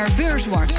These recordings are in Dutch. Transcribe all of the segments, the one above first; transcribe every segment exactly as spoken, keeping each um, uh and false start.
R Beurswatch.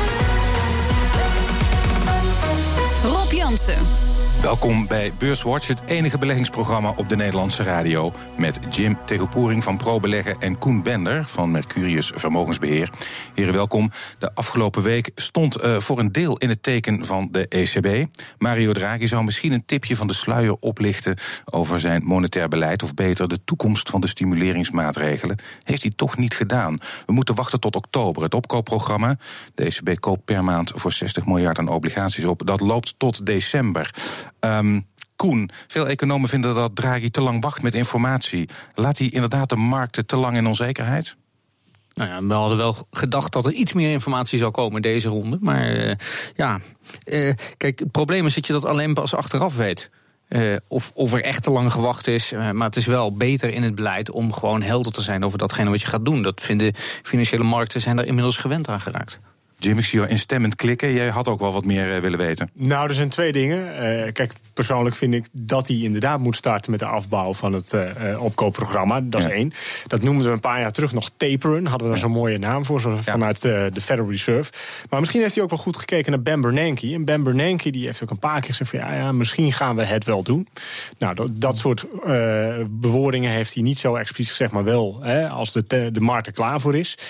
Rob Jansen. Welkom bij Beurswatch, het enige beleggingsprogramma op de Nederlandse radio. Met Jim Tegelpoering van ProBeleggen en Koen Bender van Mercurius Vermogensbeheer. Heren, welkom. De afgelopen week stond uh, voor een deel in het teken van de E C B. Mario Draghi zou misschien een tipje van de sluier oplichten over zijn monetair beleid, of beter de toekomst van de stimuleringsmaatregelen. Heeft hij toch niet gedaan. We moeten wachten tot oktober. Het opkoopprogramma, de E C B koopt per maand voor zestig miljard aan obligaties op, dat loopt tot december. Um, Koen, veel economen vinden dat Draghi te lang wacht met informatie. Laat hij inderdaad de markten te lang in onzekerheid? Nou ja, we hadden wel gedacht dat er iets meer informatie zou komen in deze ronde. Maar uh, ja, uh, kijk, het probleem is dat je dat alleen pas achteraf weet. Uh, of, of er echt te lang gewacht is. Uh, maar het is wel beter in het beleid om gewoon helder te zijn over datgene wat je gaat doen. Dat vinden financiële markten zijn daar inmiddels gewend aan geraakt. Jim, ik zie jou instemmend klikken. Jij had ook wel wat meer uh, willen weten. Nou, er zijn twee dingen. Uh, kijk, persoonlijk vind ik dat hij inderdaad moet starten met de afbouw van het uh, opkoopprogramma. Dat is ja. één. Dat noemden we een paar jaar terug nog taperen. Hadden we daar ja. zo'n mooie naam voor, zo ja. vanuit uh, de Federal Reserve. Maar misschien heeft hij ook wel goed gekeken naar Ben Bernanke. En Ben Bernanke die heeft ook een paar keer gezegd van ja, ja misschien gaan we het wel doen. Nou, dat, dat soort uh, bewoordingen heeft hij niet zo expliciet gezegd, maar wel hè, als de, de markt er klaar voor is.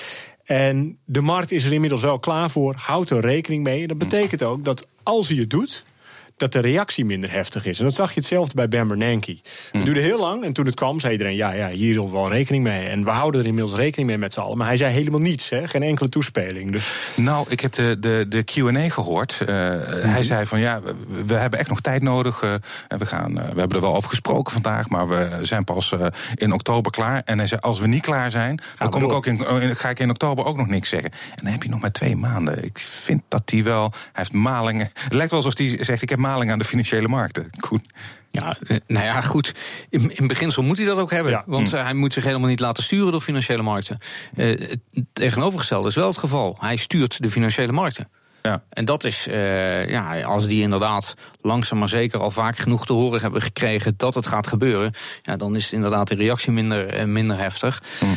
En de markt is er inmiddels wel klaar voor, houdt er rekening mee. En dat betekent ook dat als hij het doet, dat de reactie minder heftig is. En dat zag je hetzelfde bij Ben Bernanke. Het duurde heel lang en toen het kwam zei iedereen, ja, ja, hier willen we wel rekening mee. En we houden er inmiddels rekening mee met z'n allen. Maar hij zei helemaal niets, hè? Geen enkele toespeling. Dus. Nou, ik heb de, de, de Q en A gehoord. Uh, mm-hmm. Hij zei van, ja, we, we hebben echt nog tijd nodig. Uh, en we, gaan, uh, we hebben er wel over gesproken vandaag, maar we zijn pas uh, in oktober klaar. En hij zei, als we niet klaar zijn, dan kom ik ook in, in, ga ik in oktober ook nog niks zeggen. En dan heb je nog maar twee maanden. Ik vind dat hij wel, hij heeft malingen. Het lijkt wel alsof hij zegt, ik heb malingen aan de financiële markten. Koen. Ja, nou ja, goed. In, in beginsel moet hij dat ook hebben. Ja. Want uh, hij moet zich helemaal niet laten sturen door financiële markten. Uh, het tegenovergestelde is wel het geval. Hij stuurt de financiële markten. Ja. En dat is, uh, ja, als die inderdaad langzaam maar zeker al vaak genoeg te horen hebben gekregen dat het gaat gebeuren, ja, dan is inderdaad de reactie minder, uh, minder heftig. Mm.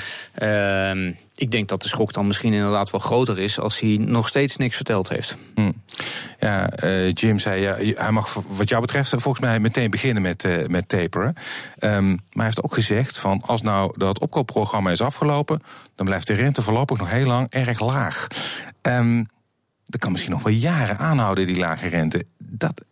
Uh, ik denk dat de schok dan misschien inderdaad wel groter is als hij nog steeds niks verteld heeft. Mm. Ja, uh, Jim zei, ja, hij mag wat jou betreft volgens mij meteen beginnen met, uh, met taperen. Um, maar hij heeft ook gezegd van als nou dat opkoopprogramma is afgelopen, dan blijft de rente voorlopig nog heel lang erg laag. Um, Dat kan misschien nog wel jaren aanhouden, die lage rente. Dat,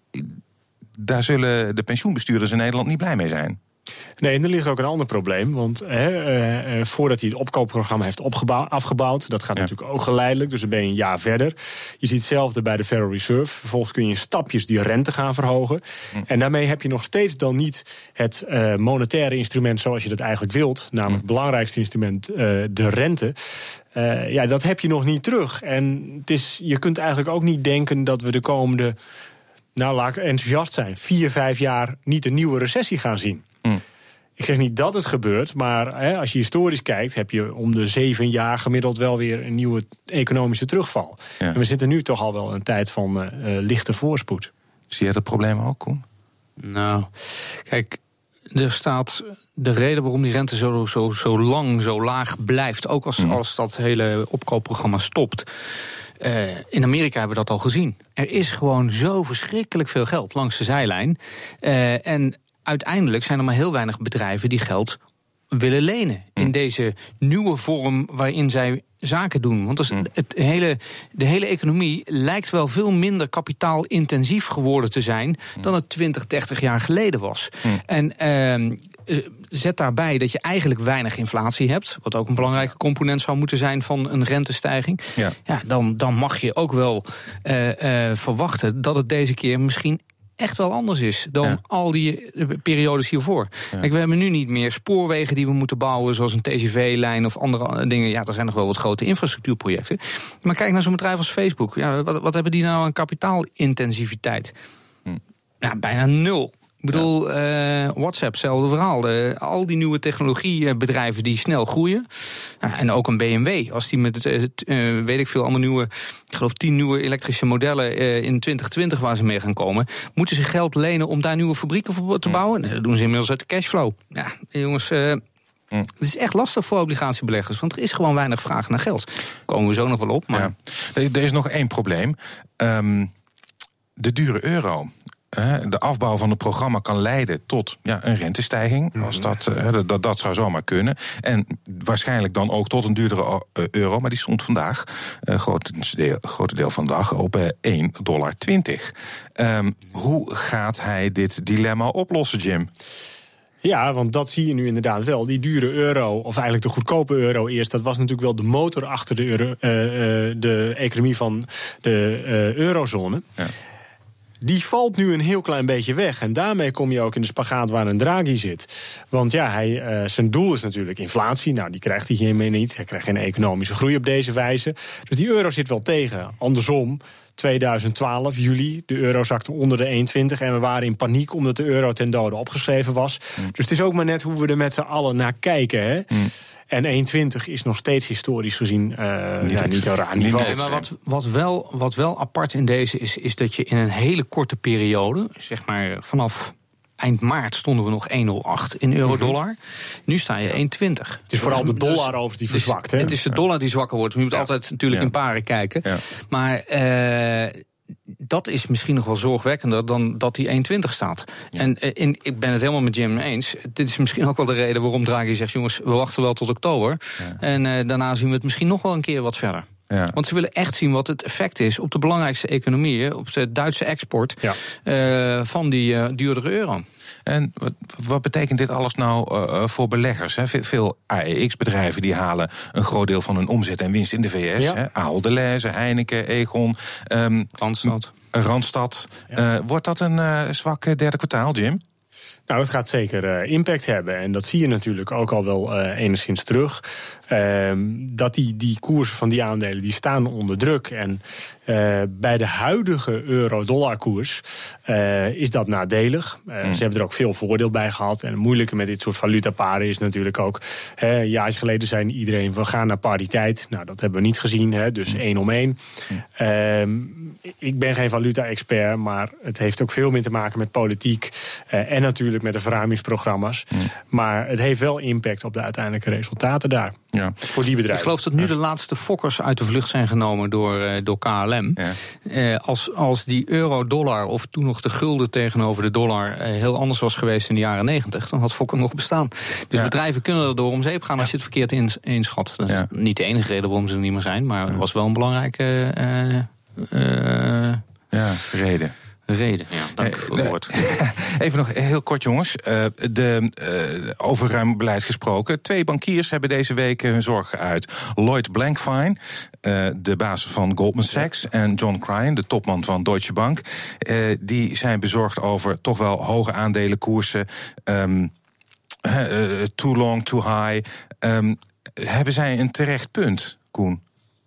daar zullen de pensioenbestuurders in Nederland niet blij mee zijn. Nee, en er ligt ook een ander probleem. Want hè, uh, voordat hij het opkoopprogramma heeft opgebouwd, afgebouwd, dat gaat ja. natuurlijk ook geleidelijk, dus dan ben je een jaar verder. Je ziet hetzelfde bij de Federal Reserve. Vervolgens kun je in stapjes die rente gaan verhogen. Hm. En daarmee heb je nog steeds dan niet het uh, monetaire instrument zoals je dat eigenlijk wilt. Namelijk hm. het belangrijkste instrument, uh, de rente. Uh, ja, dat heb je nog niet terug. En het is, je kunt eigenlijk ook niet denken dat we de komende, nou laat ik enthousiast zijn, vier, vijf jaar niet een nieuwe recessie gaan zien. Mm. Ik zeg niet dat het gebeurt, maar hè, als je historisch kijkt, heb je om de zeven jaar gemiddeld wel weer een nieuwe economische terugval. Ja. En we zitten nu toch al wel een tijd van uh, uh, lichte voorspoed. Zie je dat probleem ook, Koen? Nou, kijk, er staat de reden waarom die rente zo, zo, zo lang, zo laag blijft, ook als, mm. als dat hele opkoopprogramma stopt. Uh, in Amerika hebben we dat al gezien. Er is gewoon zo verschrikkelijk veel geld langs de zijlijn. Uh, en uiteindelijk zijn er maar heel weinig bedrijven die geld willen lenen in deze nieuwe vorm waarin zij zaken doen. Want het, het hele, de hele economie lijkt wel veel minder kapitaalintensief geworden te zijn dan het twintig, dertig jaar geleden was. Mm. En uh, zet daarbij dat je eigenlijk weinig inflatie hebt, wat ook een belangrijke component zou moeten zijn van een rentestijging. Ja. Ja, dan, dan mag je ook wel uh, uh, verwachten dat het deze keer misschien echt wel anders is dan ja. al die periodes hiervoor. Ja. Kijk, we hebben nu niet meer spoorwegen die we moeten bouwen, zoals een T G V-lijn of andere dingen. Ja, er zijn nog wel wat grote infrastructuurprojecten. Maar kijk naar zo'n bedrijf als Facebook. Ja, wat, wat hebben die nou aan kapitaalintensiviteit? Hm. Ja, bijna nul. Ik bedoel, ja. uh, WhatsApp, hetzelfde verhaal. Uh, al die nieuwe technologiebedrijven die snel groeien. Uh, en ook een B M W, als die met, uh, uh, weet ik veel, allemaal nieuwe, ik geloof tien nieuwe elektrische modellen uh, in twintig twintig waar ze mee gaan komen, moeten ze geld lenen om daar nieuwe fabrieken voor te bouwen? Nee, dat doen ze inmiddels uit de cashflow. Ja, jongens, uh, Mm. Het is echt lastig voor obligatiebeleggers, want er is gewoon weinig vraag naar geld. Daar komen we zo nog wel op. Maar... Ja. Er is nog één probleem. Um, de dure euro. De afbouw van het programma kan leiden tot ja, een rentestijging. Als dat, dat, dat zou zomaar kunnen. En waarschijnlijk dan ook tot een duurdere euro. Maar die stond vandaag, uh, groot deel, grote deel van de dag, op uh, één dollar twintig. Um, hoe gaat hij dit dilemma oplossen, Jim? Ja, want dat zie je nu inderdaad wel. Die dure euro, of eigenlijk de goedkope euro eerst... dat was natuurlijk wel de motor achter de, euro, uh, uh, de economie van de uh, eurozone. Ja. Die valt nu een heel klein beetje weg. En daarmee kom je ook in de spagaat waar een Draghi zit. Want ja, hij, uh, zijn doel is natuurlijk inflatie. Nou, die krijgt hij hiermee niet. Hij krijgt geen economische groei op deze wijze. Dus die euro zit wel tegen. Andersom, tweeduizend twaalf, juli, de euro zakte onder de één komma twintig... en we waren in paniek omdat de euro ten dode opgeschreven was. Mm. Dus het is ook maar net hoe we er met z'n allen naar kijken, hè. Mm. En één komma twintig is nog steeds historisch gezien uh, niet, ja, niet een raar niveau. Nee, maar wat, wat, wel, wat wel apart in deze is, is dat je in een hele korte periode, zeg maar vanaf eind maart stonden we nog één komma nul acht in euro-dollar. Mm-hmm. Nu sta je één komma twintig. Het is vooral de dollar over die verzwakt. Hè? Het is de dollar die zwakker wordt. Je moet ja. altijd natuurlijk ja. in paren kijken. Ja. Maar Uh, dat is misschien nog wel zorgwekkender dan dat die één komma twintig staat. Ja. En in, ik ben het helemaal met Jim eens. Dit is misschien ook wel de reden waarom Draghi zegt, jongens, we wachten wel tot oktober. Ja. En uh, daarna zien we het misschien nog wel een keer wat verder. Ja. Want ze willen echt zien wat het effect is op de belangrijkste economieën, op de Duitse export, ja. uh, van die uh, duurdere euro. En wat, wat betekent dit alles nou uh, voor beleggers? Hè? Veel, veel A E X-bedrijven die halen een groot deel van hun omzet en winst in de V S. Ja. Hè? Ahold Delhaize, Heineken, Egon, um, Randstad. Randstad. Ja. Uh, wordt dat een uh, zwak derde kwartaal, Jim? Nou, het gaat zeker uh, impact hebben. En dat zie je natuurlijk ook al wel uh, enigszins terug. Uh, dat die, die koersen van die aandelen die staan onder druk. En uh, bij de huidige euro-dollar-koers uh, is dat nadelig. Uh, mm. Ze hebben er ook veel voordeel bij gehad. En het moeilijke met dit soort valutaparen is natuurlijk ook, Hè, een jaar geleden zei iedereen, we gaan naar pariteit. Nou, dat hebben we niet gezien, hè, dus mm. één om één. Mm. Uh, ik ben geen valuta-expert, maar het heeft ook veel meer te maken met politiek. Uh, en natuurlijk met de verruimingsprogramma's. Mm. Maar het heeft wel impact op de uiteindelijke resultaten daar. Ja. Voor die bedrijven. Ik geloof dat nu ja. de laatste fokkers uit de vlucht zijn genomen door, uh, door K L M. Ja. Uh, als, als die euro-dollar of toen nog de gulden tegenover de dollar uh, heel anders was geweest in de jaren negentig, dan had Fokker nog bestaan. Dus ja. bedrijven kunnen er door om zeep gaan als je het verkeerd ins, inschat. Dat is ja. niet de enige reden waarom ze er niet meer zijn, maar het was wel een belangrijke uh, uh, ja, reden. Reden, ja, dank voor het woord. Even nog heel kort, jongens. Uh, de, uh, over ruim beleid gesproken. Twee bankiers hebben deze week hun zorgen geuit. Lloyd Blankfein, uh, de baas van Goldman Sachs, en John Cryan, de topman van Deutsche Bank. Uh, die zijn bezorgd over toch wel hoge aandelenkoersen. Um, uh, too long, too high. Um, hebben zij een terecht punt, Koen?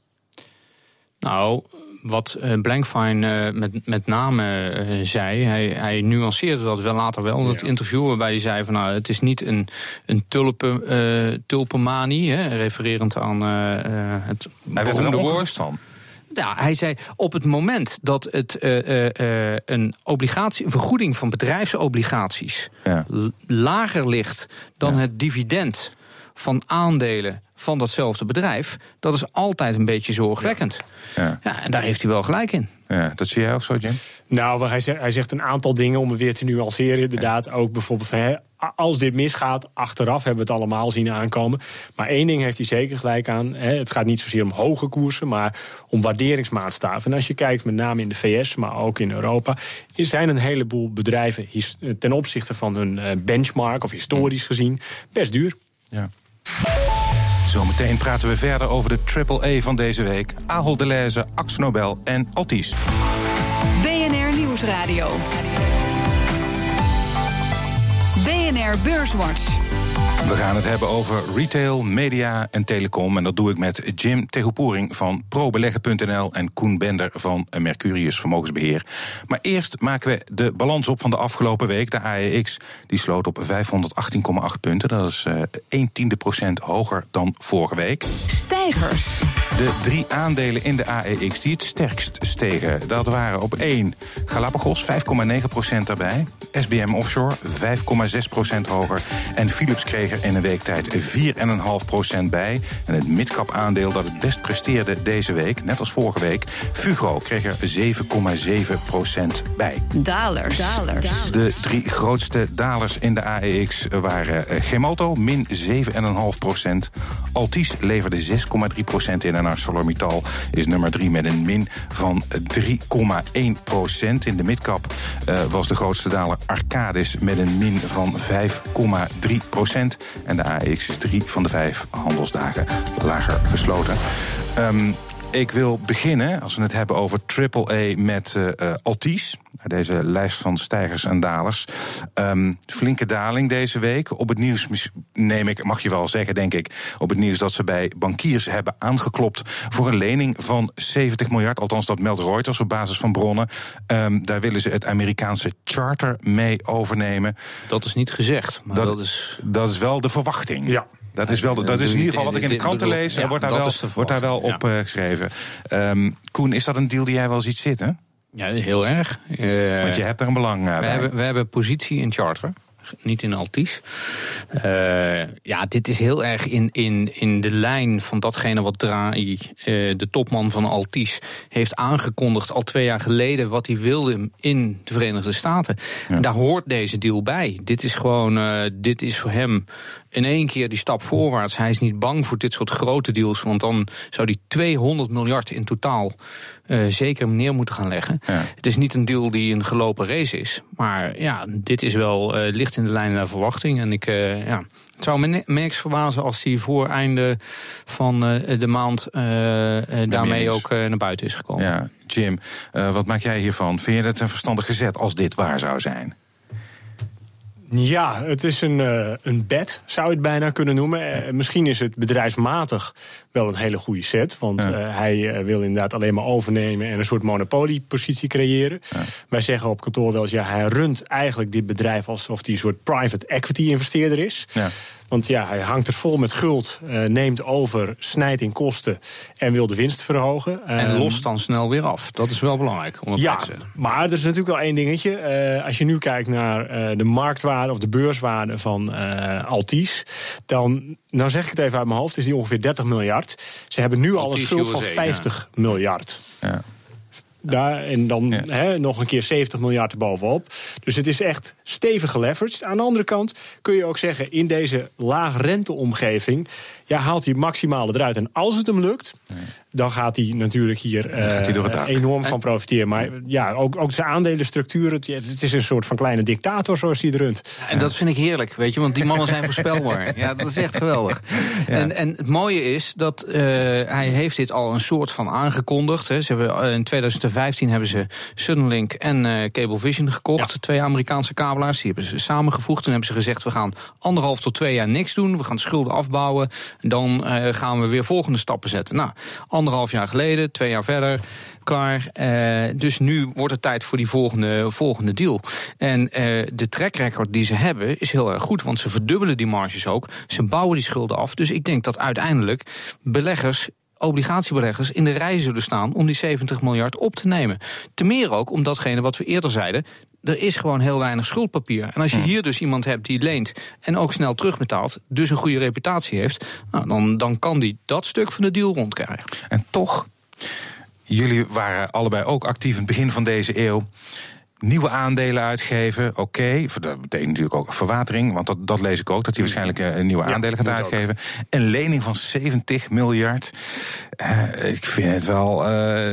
Nou, wat uh, Blankfein uh, met, met name uh, zei, hij, hij nuanceerde dat wel later wel in het ja. interview, waarbij hij zei van nou, het is niet een, een tulpen, uh, tulpenmanie, hè, refererend aan uh, het hij werd er een ongerust van. Ja, hij zei op het moment dat het uh, uh, een obligatie, een vergoeding van bedrijfsobligaties ja. l- lager ligt dan ja. het dividend van aandelen van datzelfde bedrijf, dat is altijd een beetje zorgwekkend. Ja. Ja, en daar heeft hij wel gelijk in. Ja, dat zie jij ook zo, Jim? Nou, hij zegt, hij zegt een aantal dingen om het weer te nuanceren. Inderdaad, ja. ook bijvoorbeeld van, hè, als dit misgaat, achteraf hebben we het allemaal zien aankomen. Maar één ding heeft hij zeker gelijk aan. Hè, het gaat niet zozeer om hoge koersen, maar om waarderingsmaatstaven. En als je kijkt, met name in de V S, maar ook in Europa, er zijn een heleboel bedrijven ten opzichte van hun benchmark, of historisch gezien, best duur. Ja. Zometeen praten we verder over de triple A van deze week. Ahold Delhaize, AkzoNobel en Altis. B N R Nieuwsradio. B N R Beurswatch. We gaan het hebben over retail, media en telecom. En dat doe ik met Jim Tegelpoering van probeleggen punt n l en Koen Bender van Mercurius Vermogensbeheer. Maar eerst maken we de balans op van de afgelopen week. De A E X die sloot op vijfhonderdachttien komma acht punten. Dat is uh, een tiende procent hoger dan vorige week. Stijgers. De drie aandelen in de A E X die het sterkst stegen, dat waren op één Galapagos, vijf komma negen procent daarbij. S B M Offshore, vijf komma zes procent hoger. En Philips kreeg er in een week tijd vier komma vijf procent bij. En het midcap aandeel dat het best presteerde deze week, net als vorige week, Fugro, kreeg er zeven komma zeven procent bij. Dalers. Dalers. De drie grootste dalers in de A E X waren Gemoto, min zeven komma vijf procent. Altis leverde zes komma drie procent in en ArcelorMittal is nummer drie met een min van drie komma één procent. In de midcap uh, was de grootste daler Arcadis met een min van vijf komma drie procent. En de A E X is drie van de vijf handelsdagen lager gesloten. Um, Ik wil beginnen, als we het hebben over triple A, met uh, uh, Altis. Deze lijst van stijgers en dalers. Um, flinke daling deze week. Op het nieuws, neem ik, mag je wel zeggen, denk ik, op het nieuws dat ze bij bankiers hebben aangeklopt voor een lening van zeventig miljard. Althans, dat meldt Reuters op basis van bronnen. Um, daar willen ze het Amerikaanse charter mee overnemen. Dat is niet gezegd, maar dat, dat is... Dat is wel de verwachting. Ja. Dat is, wel, dat is in ieder geval wat ik in de kranten lees. Ja, wordt daar wel, wordt daar wel op uh, geschreven. Um, Koen, is dat een deal die jij wel ziet zitten? Ja, heel erg. Uh, Want je hebt er een belang uh, we bij. Hebben, we hebben positie in charter. Niet in Altis. Uh, ja, dit is heel erg in, in, in de lijn van datgene wat Draghi, uh, de topman van Altis, heeft aangekondigd al twee jaar geleden wat hij wilde in de Verenigde Staten. Ja. En daar hoort deze deal bij. Dit is gewoon, uh, dit is voor hem in één keer die stap voorwaarts. Hij is niet bang voor dit soort grote deals, want dan zou hij tweehonderd miljard in totaal uh, zeker neer moeten gaan leggen. Ja. Het is niet een deal die een gelopen race is, maar ja, dit is wel uh, licht in de lijn naar verwachting. En ik, uh, ja, het zou me niks verbazen als hij voor einde van uh, de maand uh, uh, daarmee ook uh, naar buiten is gekomen. Ja, Jim, uh, wat maak jij hiervan? Vind je het een verstandige zet als dit waar zou zijn? Ja, het is een, uh, een bet, zou je het bijna kunnen noemen. Uh, misschien is het bedrijfsmatig wel een hele goede set. Want ja. uh, hij uh, wil inderdaad alleen maar overnemen en een soort monopoliepositie creëren. Ja. Wij zeggen op kantoor wel eens, ja, hij runt eigenlijk dit bedrijf alsof hij een soort private equity investeerder is. Ja. Want ja, hij hangt er vol met guld, uh, neemt over, snijdt in kosten en wil de winst verhogen. En um, lost dan snel weer af. Dat is wel belangrijk om het ja, te zeggen. Maar er is natuurlijk wel één dingetje. Uh, als je nu kijkt naar uh, de marktwaarde of de beurswaarde van uh, Altis, dan, nou zeg ik het even uit mijn hoofd, is die ongeveer dertig miljard. Ze hebben nu al een schuld van vijftig ja. miljard. Ja. Daar, en dan ja. he, nog een keer zeventig miljard erbovenop. Dus het is echt stevig geleveraged. Aan de andere kant kun je ook zeggen, in deze laagrenteomgeving, ja, haalt hij het maximale eruit. En als het hem lukt, ja. dan gaat hij natuurlijk hier uh, gaat hij door het dak. enorm van profiteren. Maar ja, ook, ook zijn aandelenstructuur, het, het is een soort van kleine dictator zoals hij het runt. En dat vind ik heerlijk, weet je, want die mannen zijn voorspelbaar. Ja, dat is echt geweldig. Ja. En, en het mooie is dat uh, hij heeft dit al een soort van aangekondigd. Hè. Ze hebben, uh, in twintig vijftien hebben ze Suddenlink en uh, Cablevision gekocht. Ja. Twee Amerikaanse kabelaars, die hebben ze samengevoegd. Toen hebben ze gezegd, we gaan anderhalf tot twee jaar niks doen. We gaan de schulden afbouwen. En dan uh, gaan we weer volgende stappen zetten. Nou, anderhalf jaar geleden, twee jaar verder, klaar. Uh, dus nu wordt het tijd voor die volgende, volgende deal. En uh, de track record die ze hebben is heel erg goed, want ze verdubbelen die marges ook. Ze bouwen die schulden af. Dus ik denk dat uiteindelijk beleggers, obligatiebeleggers in de rij zullen staan om die zeventig miljard op te nemen. Ten meer ook om datgene wat we eerder zeiden, er is gewoon heel weinig schuldpapier. En als je hier dus iemand hebt die leent en ook snel terugbetaalt, dus een goede reputatie heeft, nou, dan, dan kan die dat stuk van de deal rondkrijgen. En toch, jullie waren allebei ook actief in het begin van deze eeuw. Nieuwe aandelen uitgeven, oké. Okay. Dat betekent natuurlijk ook verwatering, want dat, dat lees ik ook, dat hij waarschijnlijk uh, nieuwe ja, aandelen gaat uitgeven. Ook. Een lening van zeventig miljard. Uh, ik vind het wel, uh,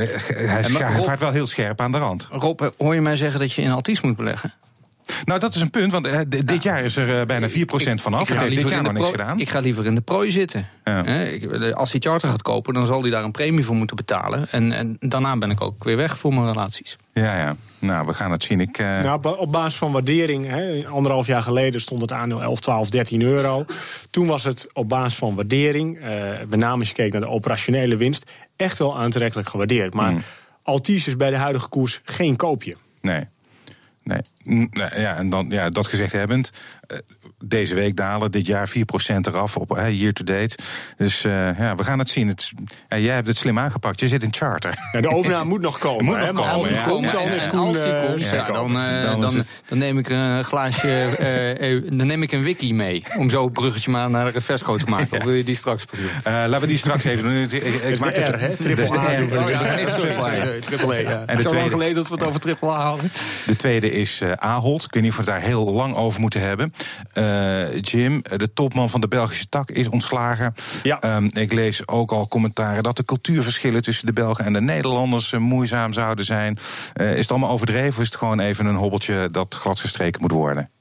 hij Rob, vaart wel heel scherp aan de rand. Rob, hoor je mij zeggen dat je in Altis moet beleggen? Nou, dat is een punt, want uh, d- dit ja. jaar is er uh, bijna vier procent vanaf. Het heeft dit jaar nog niks gedaan. Ik ga liever in de prooi zitten. Ja. He, als hij charter gaat kopen, dan zal hij daar een premie voor moeten betalen. En, en daarna ben ik ook weer weg voor mijn relaties. Ja, ja. Nou, we gaan het zien. Ik, uh... nou, op basis van waardering, he, anderhalf jaar geleden stond het aandeel elf, twaalf, dertien euro. Toen was het op basis van waardering, uh, met name als je keek naar de operationele winst, echt wel aantrekkelijk gewaardeerd. Maar mm. Altis is bij de huidige koers geen koopje. Nee. Nee. Ja, en dan, ja, dat gezegd hebbend, uh, deze week dalen, dit jaar vier procent eraf op uh, year to date. Dus uh, ja, we gaan het zien. Het, uh, jij hebt het slim aangepakt, je zit in charter. Ja, de overname moet nog komen. Moet hè? nog Maar komen, als ja. die komt, dan Ja, is en Koen... als die uh, komt, ja, dan, uh, Dan dan, is het- dan neem ik een glaasje, uh, uh, dan neem ik een wiki mee. Om zo het bruggetje maar naar de refresco te maken. Of wil je die straks proberen? Uh, laten we die straks even doen. Ik, ik, ik is maak de het- R, hè? dat is Triple de A R. doen we. Oh, Oh, ja, ja, nee, sorry, sorry, sorry. sorry. Triple A, ja. En de Zo lang tweede- geleden dat we het over triple A hadden. De tweede is uh, Ahold. Ik weet niet of we het daar heel lang over moeten hebben. Uh, Jim, de topman van de Belgische tak, is ontslagen. Ja. Um, ik lees ook al commentaren dat de cultuurverschillen tussen de Belgen en de Nederlanders uh, moeizaam zouden zijn. Uh, is het allemaal overdreven of is het gewoon even een hobbeltje dat gladgestreken moet worden?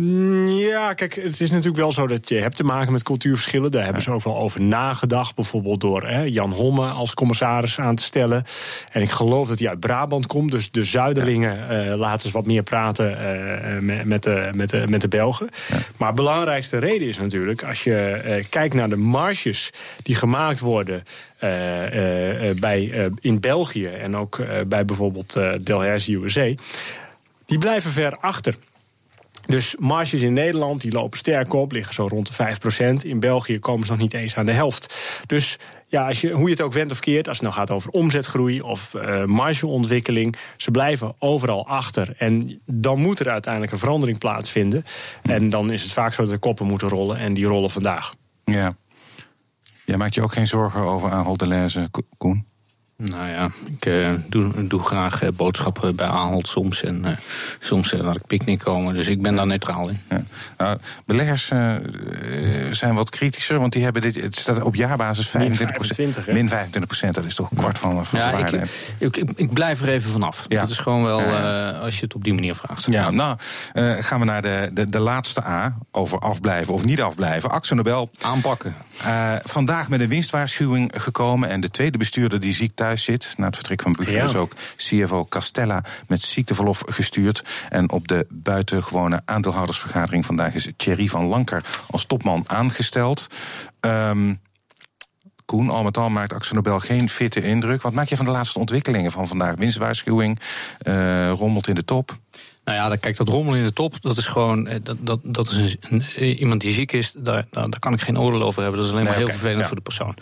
Ja, kijk, het is natuurlijk wel zo dat je hebt te maken met cultuurverschillen. Daar hebben ze ook wel over nagedacht. Bijvoorbeeld door hè, Jan Homme als commissaris aan te stellen. En ik geloof dat hij uit Brabant komt. Dus de Zuiderlingen uh, laten ze wat meer praten uh, met, met, de, met, de, met de Belgen. Ja. Maar de belangrijkste reden is natuurlijk, als je uh, kijkt naar de marges die gemaakt worden Uh, uh, uh, bij, uh, in België en ook uh, bij bijvoorbeeld uh, Delhaize U S A, die blijven ver achter. Dus marges in Nederland die lopen sterk op, liggen zo rond de vijf procent. In België komen ze nog niet eens aan de helft. Dus ja, als je, hoe je het ook wendt of keert, als het nou gaat over omzetgroei of uh, margeontwikkeling, ze blijven overal achter. En dan moet er uiteindelijk een verandering plaatsvinden. En dan is het vaak zo dat de koppen moeten rollen en die rollen vandaag. Ja. Jij maakt je ook geen zorgen over Ahold Delhaize, Koen? Nou ja, ik uh, doe, doe graag uh, boodschappen bij Ahold soms. En uh, soms uh, laat ik picknick komen. Dus ik ben daar neutraal in. Ja. Nou, beleggers uh, zijn wat kritischer. Want die hebben dit. Het staat op jaarbasis vijfentwintig procent. Min vijfentwintig procent, dat is toch een kwart van, van ja, de waarde. Ik, ik, ik blijf er even vanaf. Ja. Dat is gewoon wel uh, als je het op die manier vraagt. Ja, nou, uh, gaan we naar de, de, de laatste A. Over afblijven of niet afblijven. Akzo Nobel. Aanpakken. Uh, vandaag met een winstwaarschuwing gekomen. En de tweede bestuurder die ziek thuis zit. Na het vertrek van Buchler is ook C F O Castella met ziekteverlof gestuurd. En op de buitengewone aandeelhoudersvergadering vandaag is Thierry van Lanker als topman aangesteld. Um, Koen, al met al maakt Akzo Nobel geen fitte indruk. Wat maak je van de laatste ontwikkelingen van vandaag? Winstwaarschuwing, uh, rommelt in de top. Nou ja, kijk, dat rommel in de top, dat is gewoon, dat, dat, dat is een, een, iemand die ziek is, daar, daar, daar kan ik geen oordeel over hebben. Dat is alleen nee, maar heel okay, vervelend ja. voor de persoon.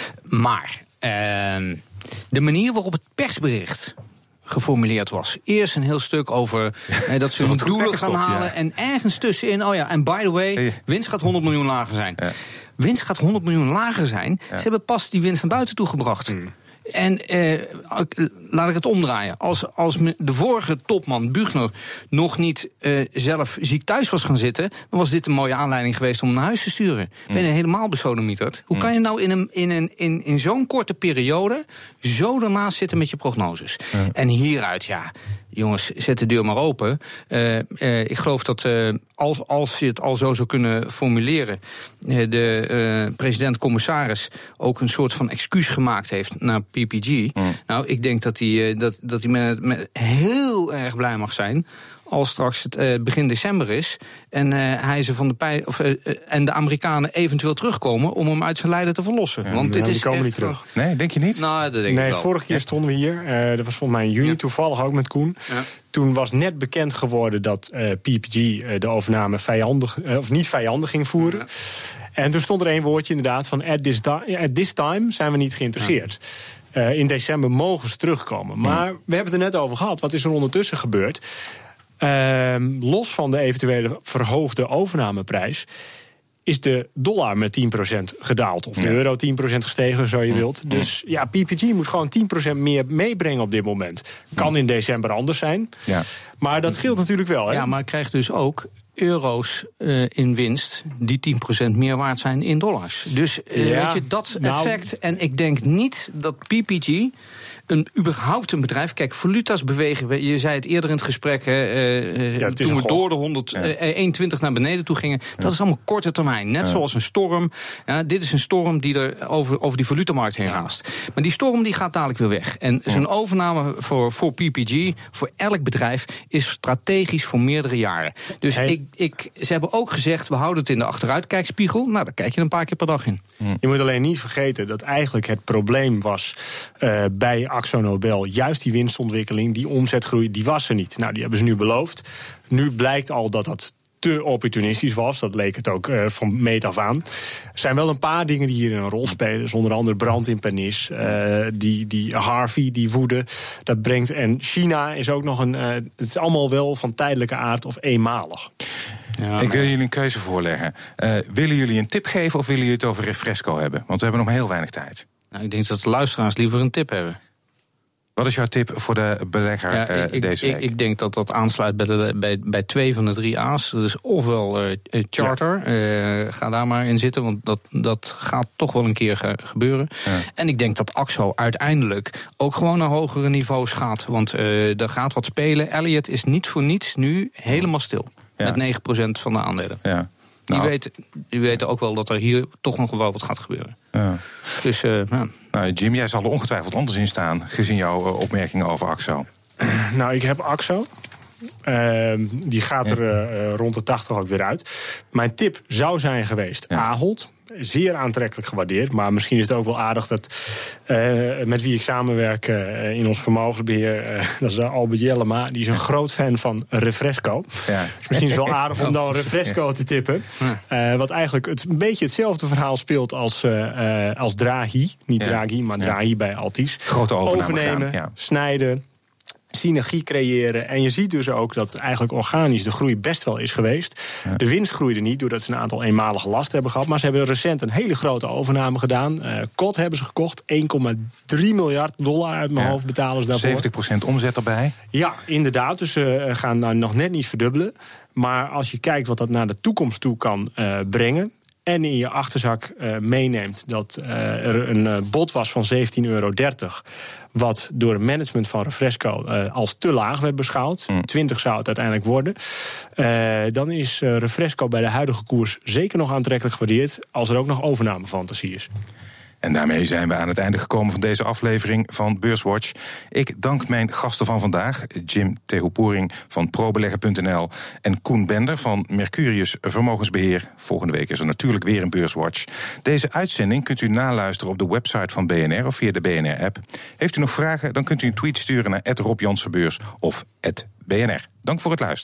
Maar Uh, de manier waarop het persbericht geformuleerd was. Eerst een heel stuk over eh, dat ze hun doelen gaan halen. Ja. En ergens tussenin, oh ja, en by the way, hey. winst gaat honderd miljoen lager zijn. Ja. Winst gaat honderd miljoen lager zijn. Ja. Ze hebben pas die winst naar buiten toe gebracht. Hmm. En eh, laat ik het omdraaien. Als, als de vorige topman Buchner nog niet uh, zelf ziek thuis was gaan zitten, dan was dit een mooie aanleiding geweest om hem naar huis te sturen. Mm. Ben je helemaal besodemieterd? Hoe mm. kan je nou in, een, in, een, in, in zo'n korte periode zo ernaast zitten met je prognoses? Mm. En hieruit, ja, jongens, zet de deur maar open. Uh, uh, ik geloof dat uh, als, als je het al zo zou kunnen formuleren, uh, de uh, president-commissaris ook een soort van excuus gemaakt heeft naar P P G. Mm. Nou, ik denk dat hij uh, dat, dat hij met, met heel erg blij mag zijn als straks het uh, begin december is en uh, hij ze van de pij- of, uh, uh, en de Amerikanen eventueel terugkomen om hem uit zijn lijden te verlossen. Ja, want dit is komen echt niet terug. Nee, denk je niet? Nou, dat denk nee, ik wel. Vorige keer stonden we hier. Uh, dat was volgens mij in juni, ja. toevallig ook met Koen. Ja. Toen was net bekend geworden dat uh, P P G uh, de overname vijandig, uh, of niet vijandig ging voeren. Ja. En toen stond er één woordje inderdaad van at this, di- at this time zijn we niet geïnteresseerd. Ja. Uh, in december mogen ze terugkomen. Maar ja. we hebben het er net over gehad. Wat is er ondertussen gebeurd? Uh, los van de eventuele verhoogde overnameprijs is de dollar met tien procent gedaald. Of de ja. euro tien procent gestegen, zo je wilt. Ja. Dus ja, P P G moet gewoon tien procent meer meebrengen op dit moment. Kan in december anders zijn. Ja. Maar dat scheelt natuurlijk wel. Hè? Ja, maar krijgt dus ook euro's uh, in winst die tien procent meer waard zijn in dollars. Dus uh, ja, weet je, dat effect. Nou, en ik denk niet dat P P G een überhaupt een bedrijf. Kijk, valuta's bewegen. Je zei het eerder in het gesprek. Hè, uh, ja, toen we door de honderdeenentwintig ja. naar beneden toe gingen. Dat ja. is allemaal korte termijn. Net ja. zoals een storm. Ja, dit is een storm die er over, over die valutamarkt heen raast. Maar die storm die gaat dadelijk weer weg. En ja. zo'n overname voor, voor P P G, voor elk bedrijf, is strategisch voor meerdere jaren. Dus hey. ik ik, ze hebben ook gezegd, we houden het in de achteruitkijkspiegel. Nou, daar kijk je een paar keer per dag in. Je moet alleen niet vergeten dat eigenlijk het probleem was uh, bij Akzo Nobel. Juist die winstontwikkeling, die omzetgroei, die was er niet. Nou, die hebben ze nu beloofd. Nu blijkt al dat dat te opportunistisch was. Dat leek het ook uh, van meet af aan. Er zijn wel een paar dingen die hier een rol spelen. Dus onder andere brand in Pernis. Uh, die, die Harvey, die woede, dat brengt. En China is ook nog een... Uh, het is allemaal wel van tijdelijke aard of eenmalig. Ja, ik wil jullie een keuze voorleggen. Uh, willen jullie een tip geven of willen jullie het over Refresco hebben? Want we hebben nog heel weinig tijd. Nou, ik denk dat de luisteraars liever een tip hebben. Wat is jouw tip voor de belegger ja, uh, ik, deze week? Ik, ik denk dat dat aansluit bij, de, bij, bij twee van de drie A's. Dus ofwel uh, Charter, ja. uh, ga daar maar in zitten, want dat, dat gaat toch wel een keer ge, gebeuren. Ja. En ik denk dat Akzo uiteindelijk ook gewoon naar hogere niveaus gaat. Want uh, er gaat wat spelen. Elliott is niet voor niets nu helemaal stil. Ja. Met negen procent van de aandelen. Ja. Die, nou. weten, die weten ook wel dat er hier toch nog wel wat gaat gebeuren. Ja. Dus, uh, ja. nou, Jim, jij zal er ongetwijfeld anders in staan, gezien jouw uh, opmerkingen over Akzo. Nou, ik heb Akzo. Uh, die gaat er uh, rond de tachtig ook weer uit. Mijn tip zou zijn geweest ja. Ahold. Zeer aantrekkelijk gewaardeerd. Maar misschien is het ook wel aardig dat uh, met wie ik samenwerk uh, in ons vermogensbeheer, uh, dat is Albert Jellema, die is een groot fan van Refresco. Ja. Misschien is het wel aardig om dan Refresco te tippen. Uh, wat eigenlijk het, een beetje hetzelfde verhaal speelt als, uh, uh, als Draghi. Niet ja. Draghi, maar Draghi ja. bij Altis. Grote overname overnemen, ja. snijden, synergie creëren. En je ziet dus ook dat eigenlijk organisch de groei best wel is geweest. Ja. De winst groeide niet doordat ze een aantal eenmalige lasten hebben gehad. Maar ze hebben recent een hele grote overname gedaan. Uh, Kot hebben ze gekocht. één komma drie miljard dollar uit mijn ja. hoofd betalen ze daarvoor. zeventig procent omzet erbij. Ja, inderdaad. Dus ze uh, gaan nou nog net niet verdubbelen. Maar als je kijkt wat dat naar de toekomst toe kan uh, brengen, en in je achterzak uh, meeneemt dat uh, er een uh, bod was van zeventien euro dertig... wat door het management van Refresco uh, als te laag werd beschouwd. Mm. twintig zou het uiteindelijk worden. Uh, dan is uh, Refresco bij de huidige koers zeker nog aantrekkelijk gewaardeerd, als er ook nog overnamefantasie is. En daarmee zijn we aan het einde gekomen van deze aflevering van Beurswatch. Ik dank mijn gasten van vandaag, Jim Tehoepoering van probelegger punt n l en Koen Bender van Mercurius Vermogensbeheer. Volgende week is er natuurlijk weer een Beurswatch. Deze uitzending kunt u naluisteren op de website van B N R of via de B N R-app. Heeft u nog vragen, dan kunt u een tweet sturen naar at rob jansenbeurs of at B N R. Dank voor het luisteren.